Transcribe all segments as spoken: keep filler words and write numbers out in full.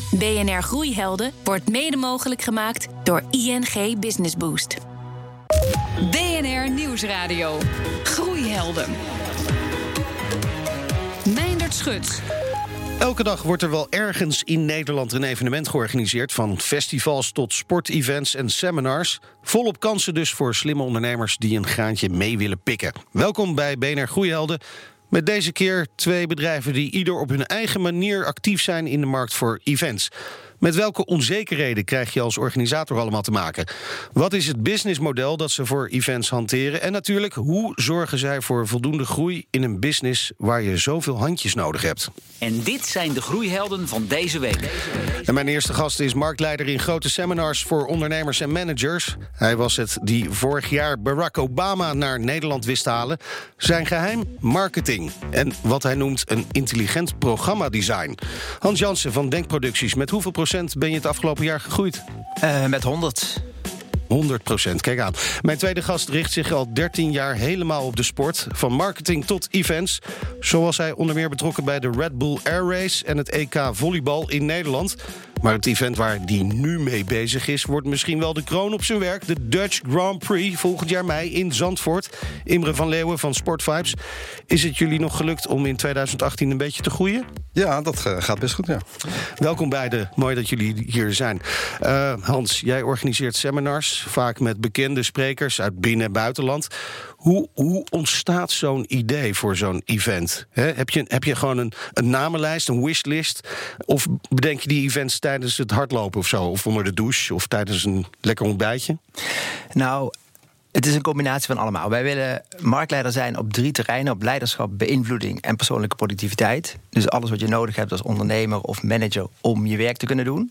B N R Groeihelden wordt mede mogelijk gemaakt door I N G Business Boost. B N R Nieuwsradio. Groeihelden. Meindert Schut. Elke dag wordt er wel ergens in Nederland een evenement georganiseerd, van festivals tot sportevents en seminars. Volop kansen dus voor slimme ondernemers die een graantje mee willen pikken. Welkom bij B N R Groeihelden. Met deze keer twee bedrijven die ieder op hun eigen manier actief zijn in de markt voor events. Met welke onzekerheden krijg je als organisator allemaal te maken? Wat is het businessmodel dat ze voor events hanteren? En natuurlijk, hoe zorgen zij voor voldoende groei in een business waar je zoveel handjes nodig hebt? En dit zijn de groeihelden van deze week. En mijn eerste gast is marktleider in grote seminars voor ondernemers en managers. Hij was het die vorig jaar Barack Obama naar Nederland wist te halen. Zijn geheim? Marketing. En wat hij noemt een intelligent programmadesign. Hans Jansen van Denkproducties. Met hoeveel procent ben je het afgelopen jaar gegroeid? Uh, met honderd. honderd procent, kijk aan. Mijn tweede gast richt zich al dertien jaar helemaal op de sport. Van marketing tot events. Zo was hij onder meer betrokken bij de Red Bull Air Race en het E K volleybal in Nederland. Maar het event waar hij nu mee bezig is, wordt misschien wel de kroon op zijn werk. De Dutch Grand Prix volgend jaar mei in Zandvoort. Imre van Leeuwen van Sportvibes. Is het jullie nog gelukt om in tweeduizend achttien een beetje te groeien? Ja, dat gaat best goed, ja. Welkom beiden. Mooi dat jullie hier zijn. Uh, Hans, jij organiseert seminars, vaak met bekende sprekers uit binnen- en buitenland. Hoe, hoe ontstaat zo'n idee voor zo'n event? He, heb, je, heb je gewoon een, een namenlijst, een wishlist? Of bedenk je die events tijdens het hardlopen of zo? Of onder de douche? Of tijdens een lekker ontbijtje? Nou, het is een combinatie van allemaal. Wij willen marktleider zijn op drie terreinen: op leiderschap, beïnvloeding en persoonlijke productiviteit. Dus alles wat je nodig hebt als ondernemer of manager om je werk te kunnen doen.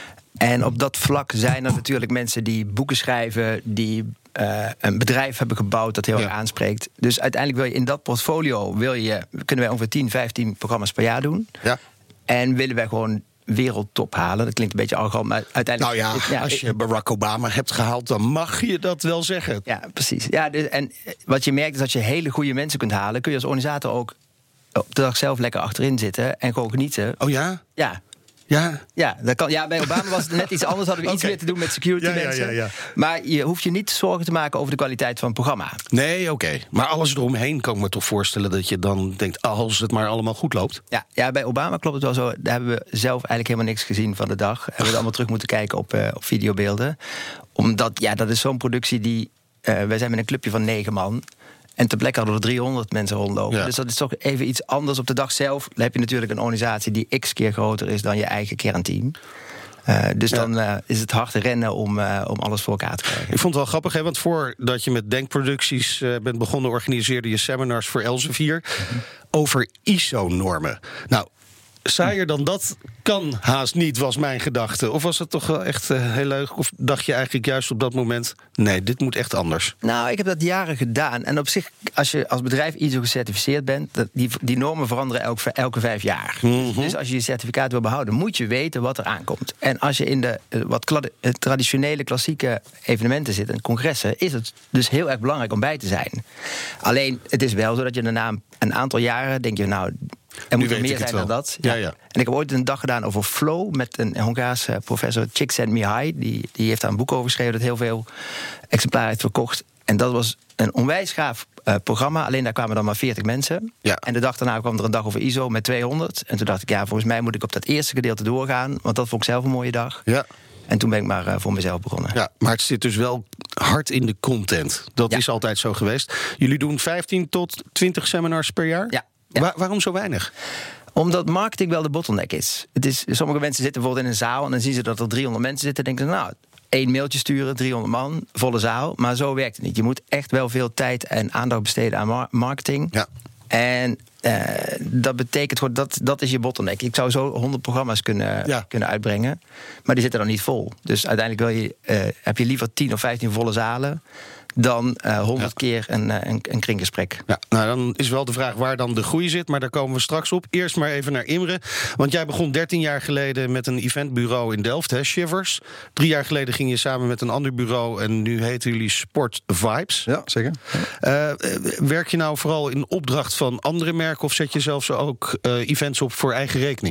En op dat vlak zijn er natuurlijk mensen die boeken schrijven, die uh, een bedrijf hebben gebouwd dat heel erg ja. aanspreekt. Dus uiteindelijk wil je in dat portfolio, wil je, kunnen wij ongeveer tien, vijftien programma's per jaar doen. Ja. En willen wij gewoon wereldtop halen. Dat klinkt een beetje arrogant, maar uiteindelijk... Nou ja, ja als je Barack Obama hebt gehaald, dan mag je dat wel zeggen. Ja, precies. Ja, dus, en wat je merkt is dat je hele goede mensen kunt halen, kun je als organisator ook op de dag zelf lekker achterin zitten en gewoon genieten. Oh ja? Ja. Ja? Ja, dat kan, ja, bij Obama was het net iets anders. Hadden we iets okay. meer te doen met security ja, mensen. Ja, ja, ja. Maar je hoeft je niet zorgen te maken over de kwaliteit van het programma. Nee, oké. Okay. Maar alles eromheen kan ik me toch voorstellen dat je dan denkt, als het maar allemaal goed loopt. Ja, ja, bij Obama klopt het wel zo. Daar hebben we zelf eigenlijk helemaal niks gezien van de dag. Hebben we allemaal terug moeten kijken op, uh, op videobeelden. Omdat, ja, dat is zo'n productie die... Uh, wij zijn met een clubje van negen man. En ter plekke hadden er driehonderd mensen rondlopen. Ja. Dus dat is toch even iets anders. Op de dag zelf dan heb je natuurlijk een organisatie die x keer groter is dan je eigen kernteam. Uh, dus ja. dan uh, is het hard rennen om, uh, om alles voor elkaar te krijgen. Ik vond het wel grappig, hè, want voordat je met Denkproducties uh, bent begonnen, organiseerde je seminars voor Elsevier mm-hmm. over I S O-normen. Nou, saaier dan dat kan haast niet, was mijn gedachte. Of was het toch wel echt uh, heel leuk? Of dacht je eigenlijk juist op dat moment, nee, dit moet echt anders? Nou, ik heb dat jaren gedaan. En op zich, als je als bedrijf I S O gecertificeerd bent, dat die, die normen veranderen elke, elke vijf jaar. Mm-hmm. Dus als je je certificaat wil behouden, moet je weten wat er aankomt. En als je in de uh, wat kla- traditionele, klassieke evenementen zit, en congressen, is het dus heel erg belangrijk om bij te zijn. Alleen, het is wel zo dat je daarna een aantal jaren denk je, nou, er moet er meer zijn dan dat. Ja. Ja, ja. En ik heb ooit een dag gedaan over flow met een Hongaarse professor, Csikszentmihalyi. Die, die heeft daar een boek over geschreven dat heel veel exemplaren heeft verkocht. En dat was een onwijs gaaf uh, programma. Alleen daar kwamen dan maar veertig mensen. Ja. En de dag daarna kwam er een dag over I S O met tweehonderd. En toen dacht ik, ja, volgens mij moet ik op dat eerste gedeelte doorgaan. Want dat vond ik zelf een mooie dag. Ja. En toen ben ik maar uh, voor mezelf begonnen. Ja, maar het zit dus wel hard in de content. Dat ja. is altijd zo geweest. Jullie doen vijftien tot twintig seminars per jaar? Ja. Ja. Waar, waarom zo weinig? Omdat marketing wel de bottleneck is. Het is. Sommige mensen zitten bijvoorbeeld in een zaal en dan zien ze dat er driehonderd mensen zitten. En denken ze, nou, één mailtje sturen, driehonderd man, volle zaal. Maar zo werkt het niet. Je moet echt wel veel tijd en aandacht besteden aan mar- marketing. Ja. En uh, dat betekent gewoon, dat, dat is je bottleneck. Ik zou zo honderd programma's kunnen, ja. kunnen uitbrengen. Maar die zitten dan niet vol. Dus uiteindelijk wil je, uh, heb je liever tien of vijftien volle zalen dan uh, honderd ja. keer een, een, een kringgesprek. Ja, nou, dan is wel de vraag waar dan de groei zit, maar daar komen we straks op. Eerst maar even naar Imre, want jij begon dertien jaar geleden met een eventbureau in Delft, hè, Shivers. Drie jaar geleden ging je samen met een ander bureau en nu heten jullie Sportvibes. Ja, zeker. Uh, werk je nou vooral in opdracht van andere merken of zet je zelfs ook uh, events op voor eigen rekening?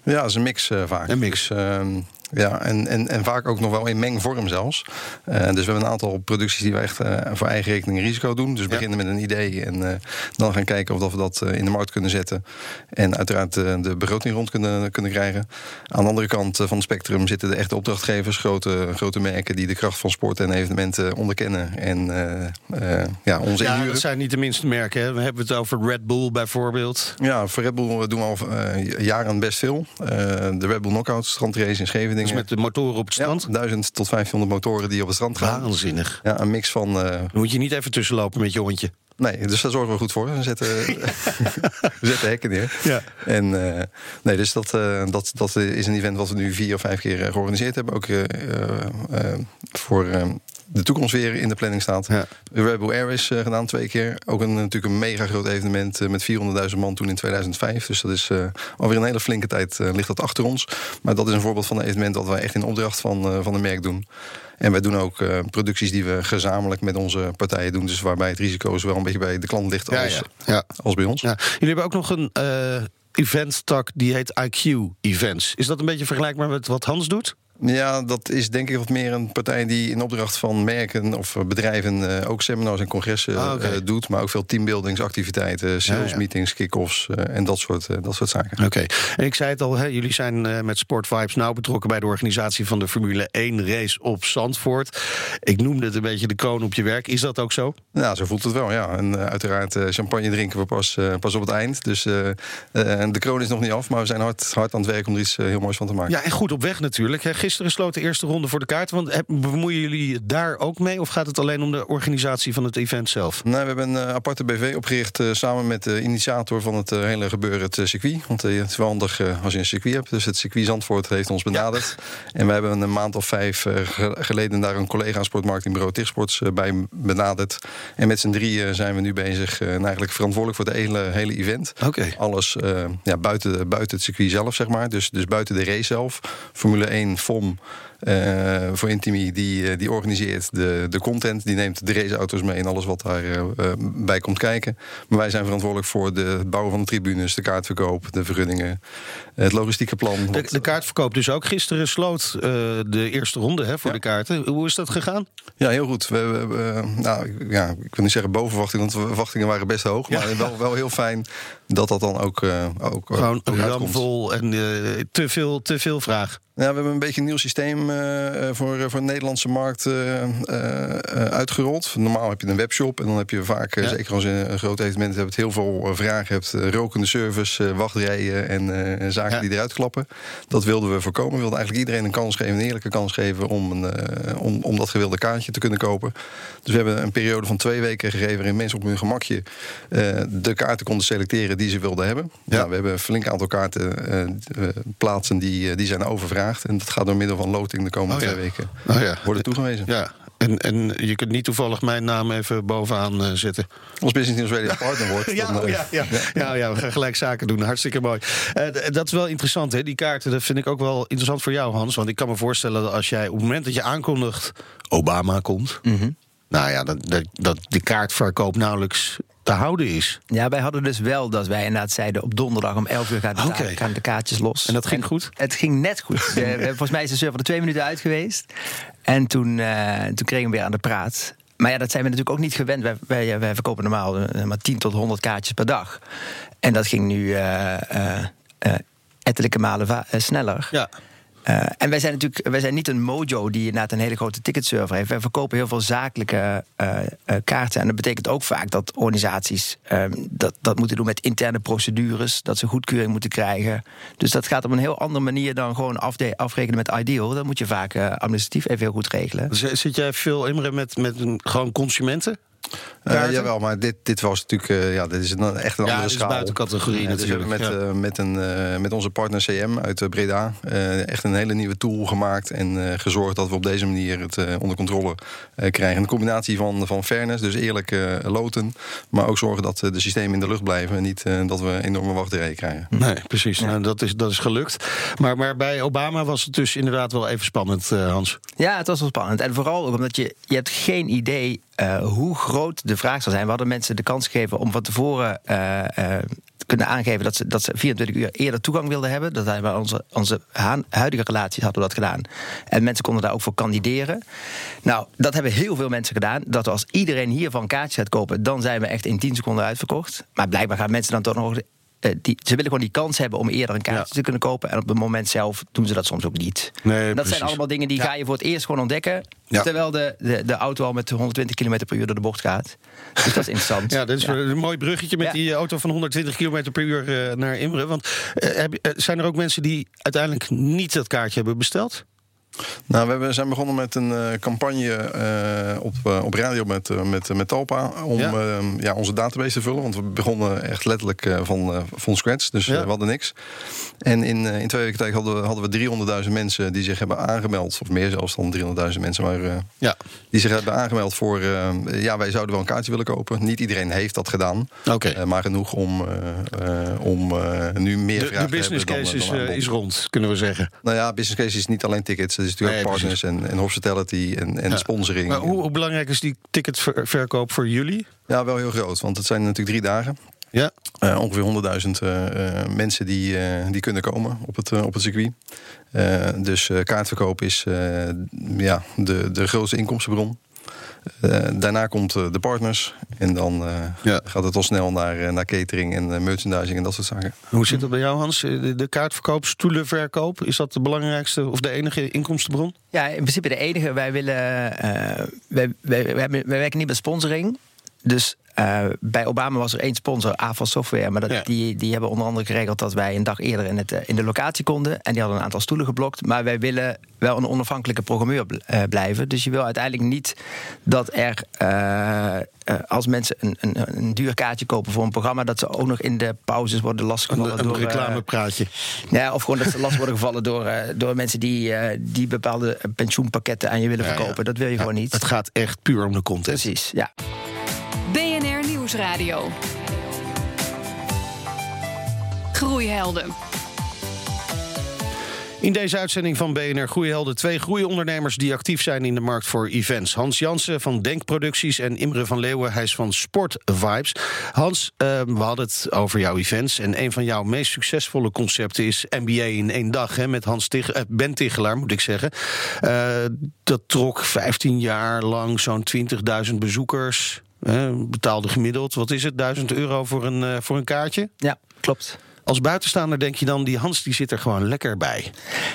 Ja, dat is een mix uh, vaak. Een mix. Dus, uh, ja, en, en, en vaak ook nog wel in mengvorm zelfs. Uh, dus we hebben een aantal producties die we echt uh, voor eigen rekening risico doen. Dus we ja. beginnen met een idee en uh, dan gaan kijken of dat we dat uh, in de markt kunnen zetten. En uiteraard uh, de begroting rond kunnen, kunnen krijgen. Aan de andere kant uh, van het spectrum zitten de echte opdrachtgevers. Grote, grote merken die de kracht van sport en evenementen onderkennen. En uh, uh, ja, onze Ja, inhuren. dat zijn niet de minste merken. Hè. We hebben het over Red Bull bijvoorbeeld. Ja, voor Red Bull doen we al uh, jaren best veel. Uh, de Red Bull Knockout strandrace in Scheveningen. Dus met de motoren op het strand? Ja, duizend tot vijftienhonderd motoren die op het strand gaan. Waanzinnig. Ja, een mix van... Uh... Dan moet je niet even tussenlopen met je hondje. Nee, dus daar zorgen we goed voor. We zetten, we zetten hekken neer. Ja. En uh, nee, dus dat, uh, dat, dat is een event wat we nu vier of vijf keer georganiseerd hebben. Ook uh, uh, voor... Uh, de toekomst weer in de planning staat. Ja. De Red Bull Air Race uh, gedaan twee keer. Ook een, natuurlijk een mega groot evenement uh, met vierhonderdduizend man toen in tweeduizend vijf. Dus dat is uh, alweer een hele flinke tijd uh, ligt dat achter ons. Maar dat is een voorbeeld van een evenement dat wij echt in opdracht van, uh, van een merk doen. En wij doen ook uh, producties die we gezamenlijk met onze partijen doen. Dus waarbij het risico zowel een beetje bij de klant ligt als, ja, ja. Ja. als bij ons. Ja. Jullie hebben ook nog een uh, event-tak die heet I Q Events. Is dat een beetje vergelijkbaar met wat Hans doet? Ja, dat is denk ik wat meer een partij die in opdracht van merken of bedrijven uh, ook seminars en congressen oh, okay. uh, doet. Maar ook veel teambuildingsactiviteiten, sales ja, ja. meetings, kick-offs uh, en dat soort, uh, dat soort zaken. Oké, okay. En ik zei het al, hè, jullie zijn uh, met Sport Vibes nauw betrokken bij de organisatie van de Formule één race op Zandvoort. Ik noemde het een beetje de kroon op je werk. Is dat ook zo? Ja, zo voelt het wel, ja. En uh, uiteraard uh, champagne drinken we pas, uh, pas op het eind. Dus uh, uh, de kroon is nog niet af, maar we zijn hard, hard aan het werk om er iets uh, heel moois van te maken. Ja, en goed op weg natuurlijk. Hè. Gisteren sloot de eerste ronde voor de kaart. Want bemoeien jullie daar ook mee? Of gaat het alleen om de organisatie van het event zelf? Nee, we hebben een uh, aparte B V opgericht uh, samen met de initiator van het uh, hele gebeuren, het uh, circuit. Want uh, het is wel handig uh, als je een circuit hebt. Dus het circuit Zandvoort heeft ons benaderd. Ja. En we hebben een maand of vijf uh, geleden daar een collega sportmarketingbureau Tigsports uh, bij benaderd. En met z'n drieën zijn we nu bezig uh, en eigenlijk verantwoordelijk voor het hele, hele event. Okay. Alles uh, ja, buiten, buiten het circuit zelf, zeg maar. Dus, dus buiten de race zelf. Formule één, F O M... Uh, voor Intimi, die, die organiseert de, de content. Die neemt de raceauto's mee en alles wat daarbij uh, bij komt kijken. Maar wij zijn verantwoordelijk voor de, het bouwen van de tribunes, de kaartverkoop, de vergunningen, het logistieke plan. De, de kaartverkoop dus ook. Gisteren sloot uh, de eerste ronde hè, voor ja. de kaarten. Hoe is dat gegaan? Ja, heel goed. We hebben, uh, nou, ja, ik wil niet zeggen boven verwachtingen, want de verwachtingen waren best hoog. Ja. Maar wel, wel heel fijn dat dat dan ook, uh, ook gewoon ook ramvol en uh, te, veel, te veel vraag. Ja, we hebben een beetje een nieuw systeem uh, voor, voor de Nederlandse markt uh, uh, uitgerold. Normaal heb je een webshop en dan heb je vaak, ja. zeker als je een groot evenement hebt, heel veel vragen hebt. Uh, rokende service, uh, wachtrijen en uh, zaken ja. die eruit klappen. Dat wilden we voorkomen. We wilden eigenlijk iedereen een kans geven, een eerlijke kans geven om, een, uh, om, om dat gewilde kaartje te kunnen kopen. Dus we hebben een periode van twee weken gegeven waarin mensen op hun gemakje uh, de kaarten konden selecteren die ze wilden hebben. Ja. Nou, we hebben een flink aantal kaarten uh, plaatsen die, uh, die zijn overvraagd. En dat gaat door middel van loting de komende oh, ja. twee weken oh, ja. worden toegewezen. Ja. En, en je kunt niet toevallig mijn naam even bovenaan uh, zetten. Als Business News Radio partner wordt. ja, dan, uh, ja, ja. Ja. Ja, ja, we gaan gelijk zaken doen. Hartstikke mooi. Uh, d- dat is wel interessant, hè? Die kaarten. Dat vind ik ook wel interessant voor jou, Hans. Want ik kan me voorstellen dat als jij op het moment dat je aankondigt Obama komt, mm-hmm. nou ja, dat, dat, dat de kaartverkoop nauwelijks te houden is. Ja, wij hadden dus wel dat wij inderdaad zeiden op donderdag om elf uur gaan de, okay. gaan de kaartjes los. En dat ging en goed? Het ging net goed. we, we, volgens mij is de server er twee minuten uit geweest. En toen, uh, toen kregen we weer aan de praat. Maar ja, dat zijn we natuurlijk ook niet gewend. Wij, wij, wij verkopen normaal uh, maar tien tot honderd kaartjes per dag. En dat ging nu uh, uh, uh, ettelijke malen va- uh, sneller. Ja. Uh, en wij zijn natuurlijk wij zijn niet een Mojo die inderdaad een hele grote ticketserver heeft. Wij verkopen heel veel zakelijke uh, uh, kaarten. En dat betekent ook vaak dat organisaties uh, dat, dat moeten doen met interne procedures. Dat ze goedkeuring moeten krijgen. Dus dat gaat op een heel andere manier dan gewoon afde- afrekenen met Ideal. Dat moet je vaak uh, administratief even heel goed regelen. Zit jij veel, Imre, met, met een, gewoon consumenten? Uh, jawel, maar dit, dit was natuurlijk uh, ja, dit is een, echt een ja, andere schaal. Ja, buiten categorie ja, natuurlijk. Dus we hebben met, ja. uh, met, een, uh, met onze partner C M uit uh, Breda uh, echt een hele nieuwe tool gemaakt en uh, gezorgd dat we op deze manier het uh, onder controle uh, krijgen. Een combinatie van, van fairness, dus eerlijk uh, loten, maar ook zorgen dat uh, de systemen in de lucht blijven en niet uh, dat we enorme wachtrijen krijgen. Nee, precies. Ja. Nou, dat, is, dat is gelukt. Maar, maar bij Obama was het dus inderdaad wel even spannend, uh, Hans. Ja, het was wel spannend. En vooral ook omdat je, je hebt geen idee Uh, hoe groot de vraag zal zijn. We hadden mensen de kans gegeven om van tevoren uh, uh, kunnen aangeven dat ze, dat ze vierentwintig uur eerder toegang wilden hebben. Dat hebben we onze, onze huidige relaties hadden we dat gedaan. En mensen konden daar ook voor kandideren. Nou, dat hebben heel veel mensen gedaan. Dat als iedereen hiervan kaartjes gaat kopen, dan zijn we echt in tien seconden uitverkocht. Maar blijkbaar gaan mensen dan toch nog... Uh, die, ze willen gewoon die kans hebben om eerder een kaartje ja. te kunnen kopen. En op het moment zelf doen ze dat soms ook niet. Nee, dat precies. zijn allemaal dingen die ja. ga je voor het eerst gewoon ontdekken. Ja. Terwijl de, de, de auto al met honderdtwintig kilometer per uur door de bocht gaat. Dus dat is interessant. Ja, dat is ja. een mooi bruggetje met ja. die auto van honderdtwintig kilometer per uur uh, naar Imre. Want uh, heb, uh, zijn er ook mensen die uiteindelijk niet dat kaartje hebben besteld? Nou, we hebben, zijn begonnen met een uh, campagne uh, op, uh, op radio met, uh, met, uh, met Talpa om ja. Uh, ja, onze database te vullen. Want we begonnen echt letterlijk uh, van, uh, van scratch, dus ja. uh, we hadden niks. En in, uh, in twee weken tijd hadden we, hadden we driehonderdduizend mensen die zich hebben aangemeld. Of meer zelfs dan driehonderdduizend mensen, maar uh, ja. die zich hebben aangemeld voor... Uh, ja, wij zouden wel een kaartje willen kopen. Niet iedereen heeft dat gedaan. Okay. Uh, maar genoeg om, uh, uh, om uh, nu meer de, vragen de business te hebben. case dan, is, dan uh, is rond, kunnen we zeggen. Nou ja, business case is niet alleen tickets. Het is natuurlijk nee, ook partners en, en hospitality en, en ja. sponsoring. Maar hoe, hoe belangrijk is die ticketverkoop voor jullie? Ja, wel heel groot, want het zijn natuurlijk drie dagen. Ja. Uh, ongeveer honderdduizend uh, uh, mensen die, uh, die kunnen komen op het, uh, op het circuit. Uh, dus uh, kaartverkoop is uh, ja, de, de grootste inkomstenbron. Uh, daarna komt uh, de partners. En dan uh, ja. gaat het al snel naar, uh, naar catering en uh, merchandising en dat soort zaken. Hoe zit dat bij jou, Hans? De, de kaartverkoop, stoelenverkoop, is dat de belangrijkste of de enige inkomstenbron? Ja, in principe de enige. Wij willen. Uh, wij, wij, wij, wij werken niet met sponsoring. Dus uh, bij Obama was er één sponsor, A V A Software. Maar dat, ja. die, die hebben onder andere geregeld dat wij een dag eerder in, het, in de locatie konden. En die hadden een aantal stoelen geblokt. Maar wij willen wel een onafhankelijke programmeur uh, blijven. Dus je wil uiteindelijk niet dat er, uh, uh, als mensen een, een, een duur kaartje kopen voor een programma, dat ze ook nog in de pauzes worden lastiggevallen. Een, een door, reclamepraatje. Uh, ja, of gewoon dat ze last worden gevallen door, uh, door mensen die, uh, die bepaalde pensioenpakketten aan je willen ja, verkopen. Ja. Dat wil je ja, gewoon niet. Het gaat echt puur om de content. Precies, ja. B N R Nieuwsradio. Groeihelden. In deze uitzending van B N R Groeihelden twee groeiondernemers die actief zijn in de markt voor events. Hans Jansen van Denk Producties en Imre van Leeuwen, hij is van Sport Vibes. Hans, uh, we hadden het over jouw events en een van jouw meest succesvolle concepten is N B A in één dag, hè, met Hans Tig- uh, Ben Tigelaar, moet ik zeggen. Uh, dat trok vijftien jaar lang zo'n twintigduizend bezoekers. Uh, betaalde gemiddeld, wat is het, duizend euro voor een, uh, voor een kaartje? Ja, klopt. Als buitenstaander denk je dan, die Hans die zit er gewoon lekker bij.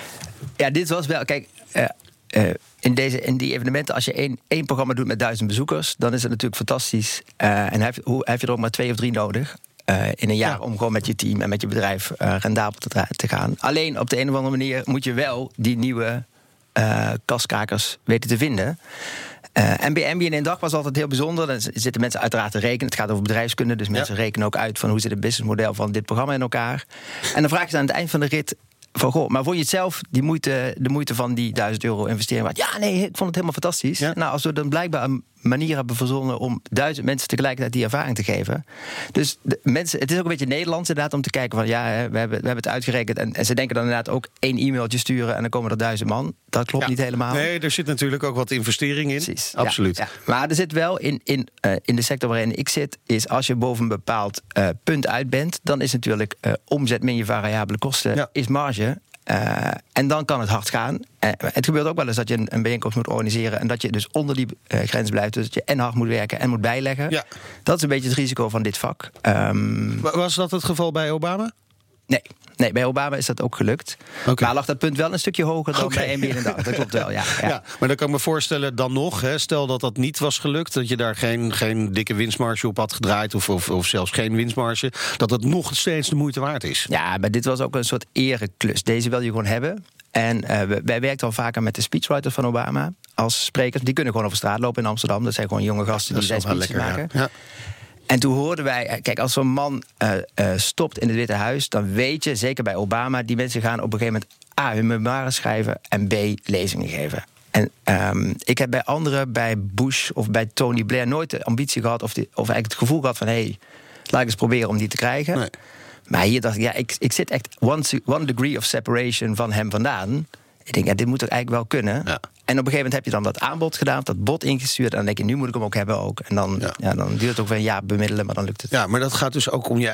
Ja, dit was wel, kijk, uh, uh, in, deze, in die evenementen, als je één, één programma doet met duizend bezoekers, dan is het natuurlijk fantastisch. Uh, en heb, hoe, heb je er ook maar twee of drie nodig uh, in een jaar ja. om gewoon met je team en met je bedrijf uh, rendabel te, dra- te gaan. Alleen op de een of andere manier moet je wel die nieuwe uh, kaskrakers weten te vinden. Uh, N B A in één dag was altijd heel bijzonder. Dan zitten mensen uiteraard te rekenen. Het gaat over bedrijfskunde, dus mensen ja. rekenen ook uit van hoe zit het businessmodel van dit programma in elkaar. En dan vraag je ze aan het eind van de rit van, goh, maar vond je het zelf die moeite, de moeite van die duizend euro investering waard? Ja, nee, ik vond het helemaal fantastisch. Ja. Nou, als we dan blijkbaar een manier hebben verzonnen om duizend mensen tegelijkertijd die ervaring te geven. Dus de mensen, het is ook een beetje Nederlands inderdaad om te kijken van, ja, we hebben, we hebben het uitgerekend. En, en ze denken dan inderdaad ook één e-mailtje sturen en dan komen er duizend man. Dat klopt ja. niet helemaal. Nee, er zit natuurlijk ook wat investering in. Precies. Absoluut. Ja, ja. Maar er zit wel in, in, uh, in de sector waarin ik zit, is als je boven een bepaald uh, punt uit bent, dan is natuurlijk uh, omzet min je variabele kosten, ja. is marge. Uh, en dan kan het hard gaan. Uh, het gebeurt ook wel eens dat je een, een bijeenkomst moet organiseren en dat je dus onder die uh, grens blijft. Dus dat je en hard moet werken en moet bijleggen. Ja. Dat is een beetje het risico van dit vak. Um, Was dat het geval bij Obama? Nee. Nee, bij Obama is dat ook gelukt. Okay. Maar lag dat punt wel een stukje hoger dan okay. bij N B A in een dag. Dat klopt wel, ja, ja. ja. Maar dan kan ik me voorstellen dan nog, hè, stel dat dat niet was gelukt, dat je daar geen, geen dikke winstmarge op had gedraaid, of, of, of zelfs geen winstmarge, dat het nog steeds de moeite waard is. Ja, maar dit was ook een soort ereklus. Deze wil je gewoon hebben. En uh, wij werkten al vaker met de speechwriters van Obama als sprekers. Die kunnen gewoon over straat lopen in Amsterdam. Dat zijn gewoon jonge gasten die zijn speeches maken. Ja. Ja. En toen hoorden wij, kijk, als zo'n man uh, uh, stopt in het Witte Huis, dan weet je, zeker bij Obama, die mensen gaan op een gegeven moment A, hun memoires schrijven en B, lezingen geven. En um, ik heb bij anderen, bij Bush of bij Tony Blair, nooit de ambitie gehad of, die, of eigenlijk het gevoel gehad van, hé, hey, laat ik eens proberen om die te krijgen. Nee. Maar hier dacht ik, ja, ik, ik zit echt one, one degree of separation van hem vandaan. Ik denk, ja, dit moet toch eigenlijk wel kunnen. Ja. En op een gegeven moment heb je dan dat aanbod gedaan, dat bod ingestuurd. En dan denk je, nu moet ik hem ook hebben ook. En dan, ja. Ja, dan duurt het ook weer een jaar bemiddelen, maar dan lukt het. Ja, maar dat gaat dus ook om je eigen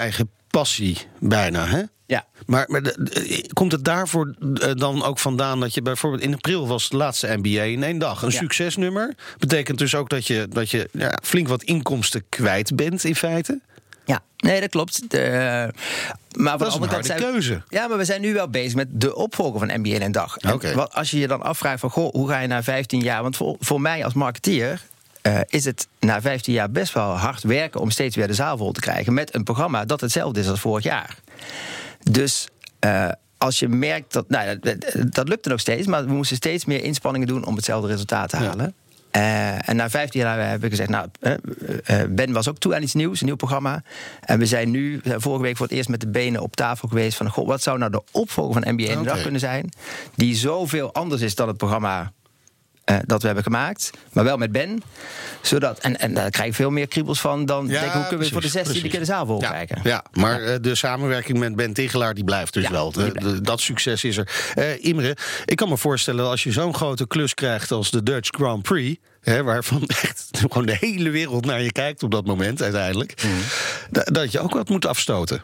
passie bijna, hè? Ja. Maar, maar de, de, komt het daarvoor uh, dan ook vandaan dat je bijvoorbeeld in april was de laatste N B A in één dag? Een ja. succesnummer. Betekent dus ook dat je, dat je ja, flink wat inkomsten kwijt bent in feite? Ja, nee, dat klopt. De, maar dat is een harde zijn, keuze. Ja, maar we zijn nu wel bezig met de opvolger van N B A in een dag. En okay. wat, als je je dan afvraagt van, goh, hoe ga je na vijftien jaar... Want voor, voor mij als marketeer uh, is het na vijftien jaar best wel hard werken om steeds weer de zaal vol te krijgen met een programma dat hetzelfde is als vorig jaar. Dus uh, als je merkt dat... Nou, dat, dat lukte nog steeds, maar we moesten steeds meer inspanningen doen om hetzelfde resultaat te halen. Ja. Uh, en na vijftien jaar hebben we gezegd, nou, uh, uh, Ben was ook toe aan iets nieuws, een nieuw programma. En we zijn nu, uh, vorige week voor het eerst met de benen op tafel geweest van, goh, wat zou nou de opvolger van N B A in de okay. dag kunnen zijn, die zoveel anders is dan het programma uh, dat we hebben gemaakt, maar wel met Ben. Zodat, en, en daar krijg je veel meer kriebels van dan, ja, denk, hoe kunnen we precies, voor de zestiende keer de zaal vol ja, krijgen. Ja, maar uh, de samenwerking met Ben Tigelaar die blijft dus ja, wel. De, de, dat succes is er. Uh, Imre, ik kan me voorstellen als je zo'n grote klus krijgt als de Dutch Grand Prix, He, waarvan echt gewoon de hele wereld naar je kijkt op dat moment uiteindelijk, mm. d- dat je ook wat moet afstoten.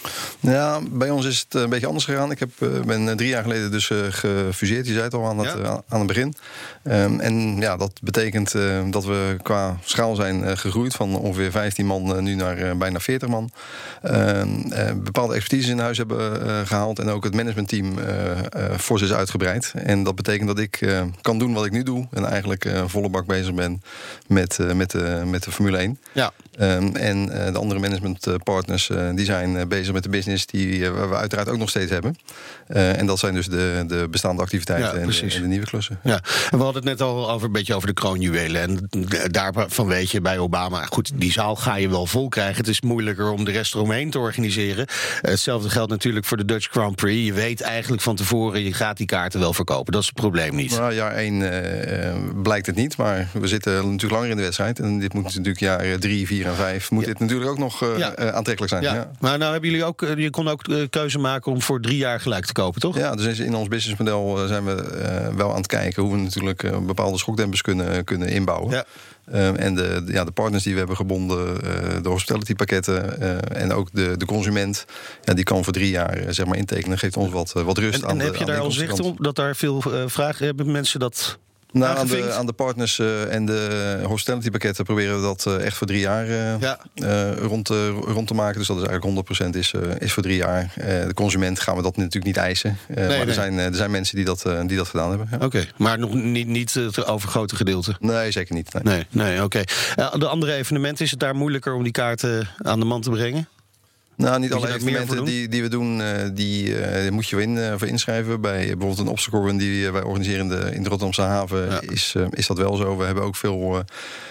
Ja, bij ons is het een beetje anders gegaan. Ik heb, uh, ben drie jaar geleden dus uh, gefuseerd. Je zei het al aan het, ja. uh, aan het begin. Um, en ja, dat betekent uh, dat we qua schaal zijn uh, gegroeid van ongeveer vijftien man uh, nu naar uh, bijna veertig man. Uh, uh, bepaalde expertise in huis hebben uh, gehaald en ook het managementteam uh, uh, fors is uitgebreid. En dat betekent dat ik uh, kan doen wat ik nu doe en eigenlijk uh, volle bak bezig ben met, uh, met, uh, met de Formule één. Ja. Um, en uh, de andere managementpartners uh, die zijn uh, bezig met de business die uh, we uiteraard ook nog steeds hebben. Uh, en dat zijn dus de, de bestaande activiteiten ja, en, de, en de nieuwe klussen. Ja. En we hadden het net al over een beetje over de kroonjuwelen. En daarvan weet je bij Obama, goed, die zaal ga je wel vol krijgen. Het is moeilijker om de rest eromheen te organiseren. Uh, hetzelfde geldt natuurlijk voor de Dutch Grand Prix. Je weet eigenlijk van tevoren, je gaat die kaarten wel verkopen. Dat is het probleem niet. Nou, jaar één uh, blijkt het niet, maar we zitten natuurlijk langer in de wedstrijd. En dit moet natuurlijk jaar drie, vier en vijf moet ja. dit natuurlijk ook nog uh, ja. uh, aantrekkelijk zijn. Ja. Ja. Maar nou hebben jullie ook, je kon ook uh, keuze maken om voor drie jaar gelijk te kopen, toch? Ja, dus in ons businessmodel zijn we uh, wel aan het kijken hoe we natuurlijk uh, bepaalde schokdempers kunnen, kunnen inbouwen. Ja. Uh, en de, ja, de partners die we hebben gebonden, uh, de hospitality pakketten uh, en ook de, de consument, ja, die kan voor drie jaar uh, zeg maar intekenen. Geeft ons wat, uh, wat rust. En, aan en heb de, je daar al zicht op dat daar veel uh, vragen hebben mensen dat? Nou, aan, de, aan de partners uh, en de hospitality pakketten proberen we dat uh, echt voor drie jaar uh, ja. uh, rond, uh, rond te maken. Dus dat is eigenlijk honderd procent is, uh, is voor drie jaar. Uh, de consument gaan we dat natuurlijk niet eisen. Uh, nee, maar nee. Er, zijn, uh, er zijn mensen die dat, uh, die dat gedaan hebben. Ja. Oké, okay. Maar nog niet, niet het overgrote gedeelte? Nee, zeker niet. Nee, nee, nee oké. Okay. Uh, de andere evenementen, is het daar moeilijker om die kaarten aan de man te brengen? Nou, niet alle evenementen die, die we doen, uh, die uh, moet je in, uh, voor inschrijven. Bij uh, bijvoorbeeld een obstacle run die wij organiseren in de, in de Rotterdamse haven, ja. is, uh, is dat wel zo. We hebben ook veel. Uh, uh,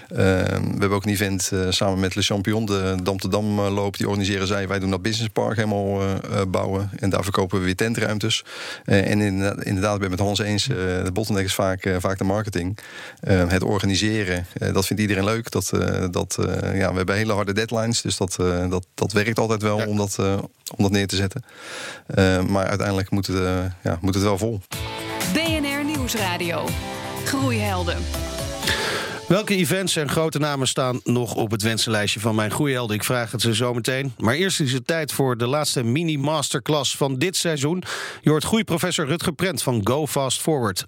we hebben ook een event uh, samen met Le Champion, de Dam te Dam uh, loop. Die organiseren zij. Wij doen dat businesspark helemaal uh, uh, bouwen. En daar verkopen we weer tentruimtes. Uh, en in, inderdaad, ben ik met Hans eens. Uh, de bottleneck is vaak, uh, vaak de marketing. Uh, het organiseren, uh, dat vindt iedereen leuk. Dat, uh, dat, uh, ja, we hebben hele harde deadlines, dus dat, uh, dat, dat werkt altijd wel. Ja. Om, dat, uh, om dat neer te zetten. Uh, maar uiteindelijk moet het, uh, ja, moet het wel vol. B N R Nieuwsradio. Groeihelden. Welke events en grote namen staan nog op het wensenlijstje van mijn groeihelden? Ik vraag het ze zo meteen. Maar eerst is het tijd voor de laatste mini-masterclass van dit seizoen. Je hoort groeiprofessor Rutger Prent van Go Fast Forward.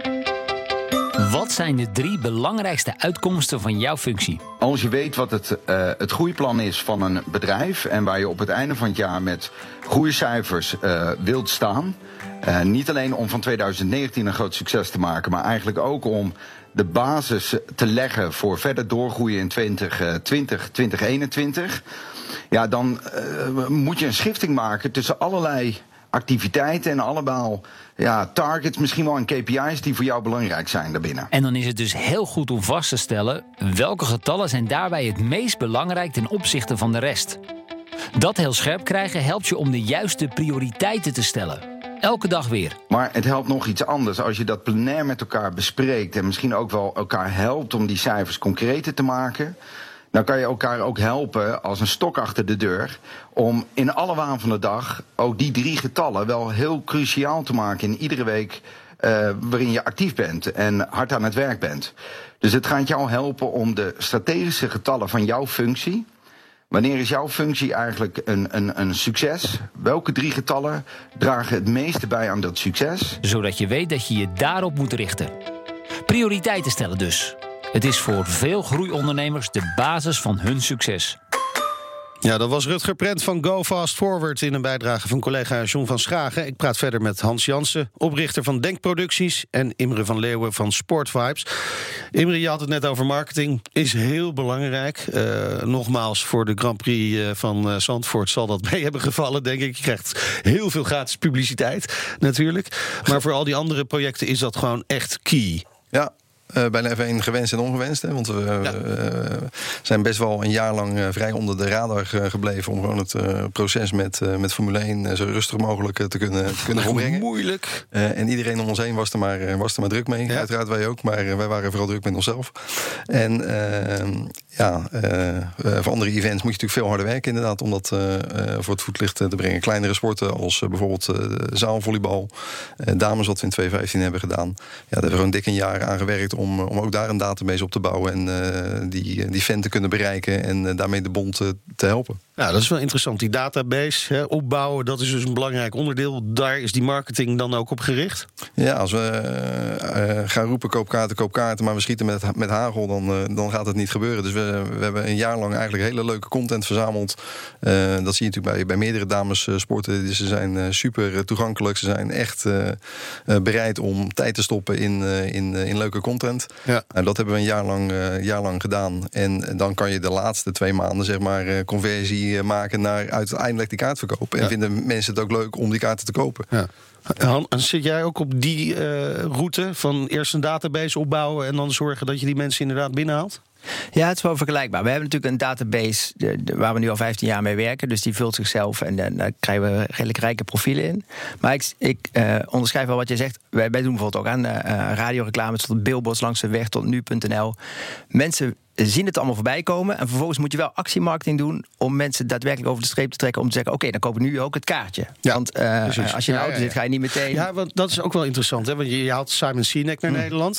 Wat zijn de drie belangrijkste uitkomsten van jouw functie? Als je weet wat het, uh, het groeiplan is van een bedrijf en waar je op het einde van het jaar met goede cijfers uh, wilt staan. Uh, niet alleen om van twintig negentien een groot succes te maken, maar eigenlijk ook om de basis te leggen voor verder doorgroeien in twintig twintig, twintig eenentwintig. Ja, dan uh, moet je een schifting maken tussen allerlei activiteiten en allemaal ja, targets, misschien wel en K P I's die voor jou belangrijk zijn daarbinnen. En dan is het dus heel goed om vast te stellen welke getallen zijn daarbij het meest belangrijk ten opzichte van de rest. Dat heel scherp krijgen helpt je om de juiste prioriteiten te stellen. Elke dag weer. Maar het helpt nog iets anders als je dat plenair met elkaar bespreekt en misschien ook wel elkaar helpt om die cijfers concreter te maken. Dan kan je elkaar ook helpen als een stok achter de deur om in alle waan van de dag ook die drie getallen wel heel cruciaal te maken in iedere week uh, waarin je actief bent en hard aan het werk bent. Dus het gaat jou helpen om de strategische getallen van jouw functie, wanneer is jouw functie eigenlijk een, een, een succes? Welke drie getallen dragen het meeste bij aan dat succes? Zodat je weet dat je je daarop moet richten. Prioriteiten stellen dus. Het is voor veel groeiondernemers de basis van hun succes. Ja, dat was Rutger Prent van Go Fast Forward in een bijdrage van collega John van Schagen. Ik praat verder met Hans Jansen, oprichter van Denkproducties, en Imre van Leeuwen van Sportvibes. Imre, je had het net over marketing. Is heel belangrijk. Uh, nogmaals, voor de Grand Prix uh, van uh, Zandvoort zal dat mee hebben gevallen, denk ik. Je krijgt heel veel gratis publiciteit, natuurlijk. Maar voor al die andere projecten is dat gewoon echt key. Ja. Uh, bijna even een gewenst en ongewenst. Hè? Want we ja. uh, zijn best wel een jaar lang uh, vrij onder de radar uh, gebleven... om gewoon het uh, proces met, uh, met Formule één uh, zo rustig mogelijk uh, te kunnen, te kunnen opbrengen. Moeilijk. Uh, en iedereen om ons heen was er maar, uh, was er maar druk mee. Ja. Uiteraard wij ook, maar uh, wij waren vooral druk met onszelf. En uh, ja, uh, uh, voor andere events moet je natuurlijk veel harder werken inderdaad... om dat uh, uh, voor het voetlicht te brengen. Kleinere sporten als uh, bijvoorbeeld uh, zaalvolleybal. Uh, dames wat we in tweeduizend vijftien hebben gedaan. Ja, daar hebben we gewoon dik een jaar aan gewerkt... om, om ook daar een database op te bouwen... en uh, die, die fan te kunnen bereiken... en uh, daarmee de bond uh, te helpen. Ja, dat is wel interessant. Die database hè, opbouwen, dat is dus een belangrijk onderdeel. Daar is die marketing dan ook op gericht? Ja, als we uh, uh, gaan roepen koop kaarten, koop kaarten... maar we schieten met, met hagel, dan, uh, dan gaat het niet gebeuren. Dus we, we hebben een jaar lang eigenlijk hele leuke content verzameld. Uh, dat zie je natuurlijk bij, bij meerdere damessporten. Dus ze zijn uh, super toegankelijk. Ze zijn echt uh, uh, bereid om tijd te stoppen in, uh, in, uh, in leuke content. Ja. Nou, dat hebben we een jaar lang, uh, jaar lang gedaan. En dan kan je de laatste twee maanden zeg maar uh, conversie maken naar uiteindelijk die kaartverkoop. En ja. vinden mensen het ook leuk om die kaarten te kopen. Ja. Han, zit jij ook op die uh, route van eerst een database opbouwen... en dan zorgen dat je die mensen inderdaad binnenhaalt? Ja, het is wel vergelijkbaar. We hebben natuurlijk een database de, de, waar we nu al vijftien jaar mee werken. Dus die vult zichzelf en, en daar krijgen we redelijk rijke profielen in. Maar ik, ik uh, onderschrijf wel wat je zegt. Wij, wij doen bijvoorbeeld ook aan uh, radioreclames tot billboards langs de weg tot nu punt n l. Mensen zien het allemaal voorbij komen. En vervolgens moet je wel actiemarketing doen om mensen daadwerkelijk over de streep te trekken om te zeggen, oké, okay, dan koop ik nu ook het kaartje. Ja, want uh, als je in de auto ja, ja, ja. zit, ga je niet meteen... Ja, want dat is ook wel interessant. Hè? Want je, je haalt Simon Sinek naar hmm. Nederland.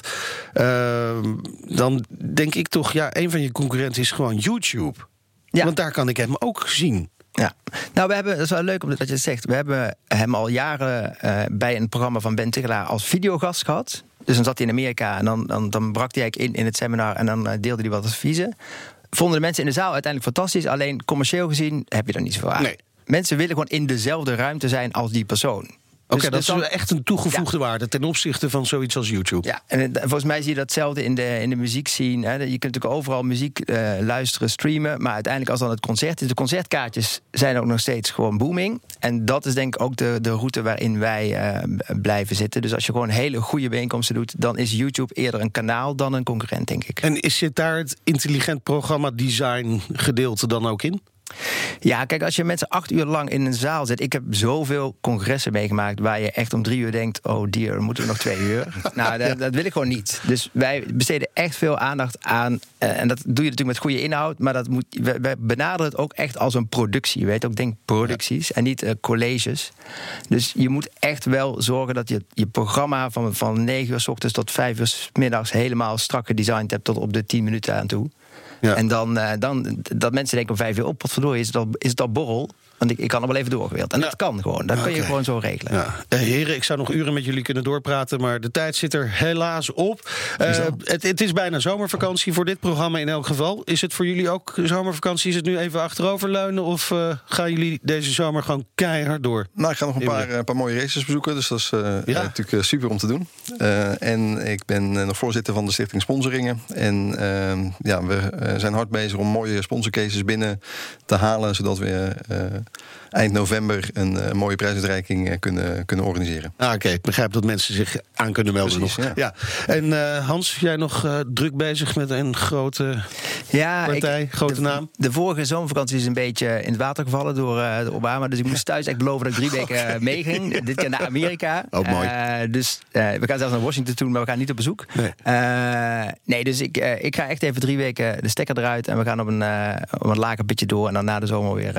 Uh, dan denk ik toch, ja, een van je concurrenten is gewoon YouTube. Ja. Want daar kan ik hem ook zien. Ja, nou, we hebben, dat is wel leuk omdat je het zegt. We hebben hem al jaren uh, bij een programma van Ben Tigelaar als videogast gehad. Dus dan zat hij in Amerika en dan, dan, dan brak hij eigenlijk in in het seminar en dan uh, deelde hij wat adviezen. Vonden de mensen in de zaal uiteindelijk fantastisch. Alleen commercieel gezien heb je daar niet zoveel aan. Nee. Mensen willen gewoon in dezelfde ruimte zijn als die persoon. Oké, okay, dus dat is dan echt een toegevoegde ja. waarde ten opzichte van zoiets als YouTube. Ja, en volgens mij zie je datzelfde in de, in de muziekscene. Hè. Je kunt natuurlijk overal muziek uh, luisteren, streamen. Maar uiteindelijk als dan het concert is, de concertkaartjes zijn ook nog steeds gewoon booming. En dat is denk ik ook de, de route waarin wij uh, blijven zitten. Dus als je gewoon hele goede bijeenkomsten doet, dan is YouTube eerder een kanaal dan een concurrent, denk ik. En is zit daar het intelligent programma design gedeelte dan ook in? Ja, kijk, als je mensen acht uur lang in een zaal zet... Ik heb zoveel congressen meegemaakt waar je echt om drie uur denkt... oh dear, dan moeten we nog twee uur. nou, dat, dat wil ik gewoon niet. Dus wij besteden echt veel aandacht aan... Uh, en dat doe je natuurlijk met goede inhoud... maar dat moet, we, we benaderen het ook echt als een productie. Je weet ook, denk producties ja. en niet uh, colleges. Dus je moet echt wel zorgen dat je je programma... van, van negen uur 's ochtends tot vijf uur 's middags... helemaal strak gedesigned hebt tot op de tien minuten aan toe. Ja. En dan, uh, dan dat mensen denken om vijf uur op, wat verdorie, is het al, is het al borrel? Want ik, ik kan er wel even doorgewild. En ja. dat kan gewoon. Dat okay. kun je gewoon zo regelen. Ja. Uh, heren, ik zou nog uren met jullie kunnen doorpraten, maar de tijd zit er helaas op. Uh, het, het is bijna zomervakantie voor dit programma in elk geval. Is het voor jullie ook zomervakantie? Is het nu even achteroverleunen? Of uh, gaan jullie deze zomer gewoon keihard door? Nou, ik ga nog een paar, uh, paar mooie races bezoeken. Dus dat is uh, ja. uh, natuurlijk uh, super om te doen. Uh, en ik ben uh, nog voorzitter van de Stichting Sponsoringen. En uh, ja, we uh, zijn hard bezig om mooie sponsorcases binnen te halen, zodat we Uh, eind november een uh, mooie prijsuitreiking uh, kunnen, kunnen organiseren. Ah, Oké, okay. Ik begrijp dat mensen zich aan kunnen melden. Precies, nog. Ja. Ja. En uh, Hans, jij nog uh, druk bezig met een grote ja, partij, ik, grote de, naam? De vorige zomervakantie is een beetje in het water gevallen door, uh, door Obama. Dus ik moest thuis echt beloven dat ik drie weken okay. meeging. Dit keer naar Amerika. Oh, mooi. Uh, dus uh, we gaan zelfs naar Washington toe, maar we gaan niet op bezoek. Nee, uh, nee dus ik, uh, ik ga echt even drie weken de stekker eruit. En we gaan op een, uh, op een lager pitje door. En dan na de zomer weer... Uh,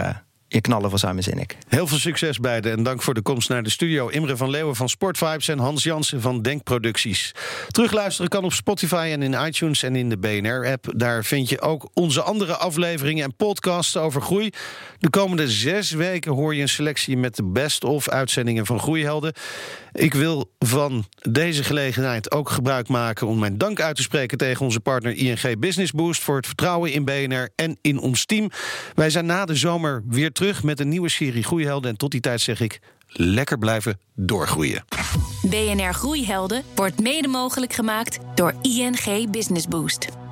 je knallen voor Simon Sinek. Heel veel succes beiden en dank voor de komst naar de studio. Imre van Leeuwen van Sportvibes en Hans Jansen van Denkproducties. Terugluisteren kan op Spotify en in iTunes en in de B N R-app. Daar vind je ook onze andere afleveringen en podcasts over groei. De komende zes weken hoor je een selectie met de best-of uitzendingen van Groeihelden. Ik wil van deze gelegenheid ook gebruik maken om mijn dank uit te spreken tegen onze partner I N G Business Boost voor het vertrouwen in B N R en in ons team. Wij zijn na de zomer weer terug met een nieuwe serie Groeihelden. En tot die tijd zeg ik, lekker blijven doorgroeien. B N R Groeihelden wordt mede mogelijk gemaakt door I N G Business Boost.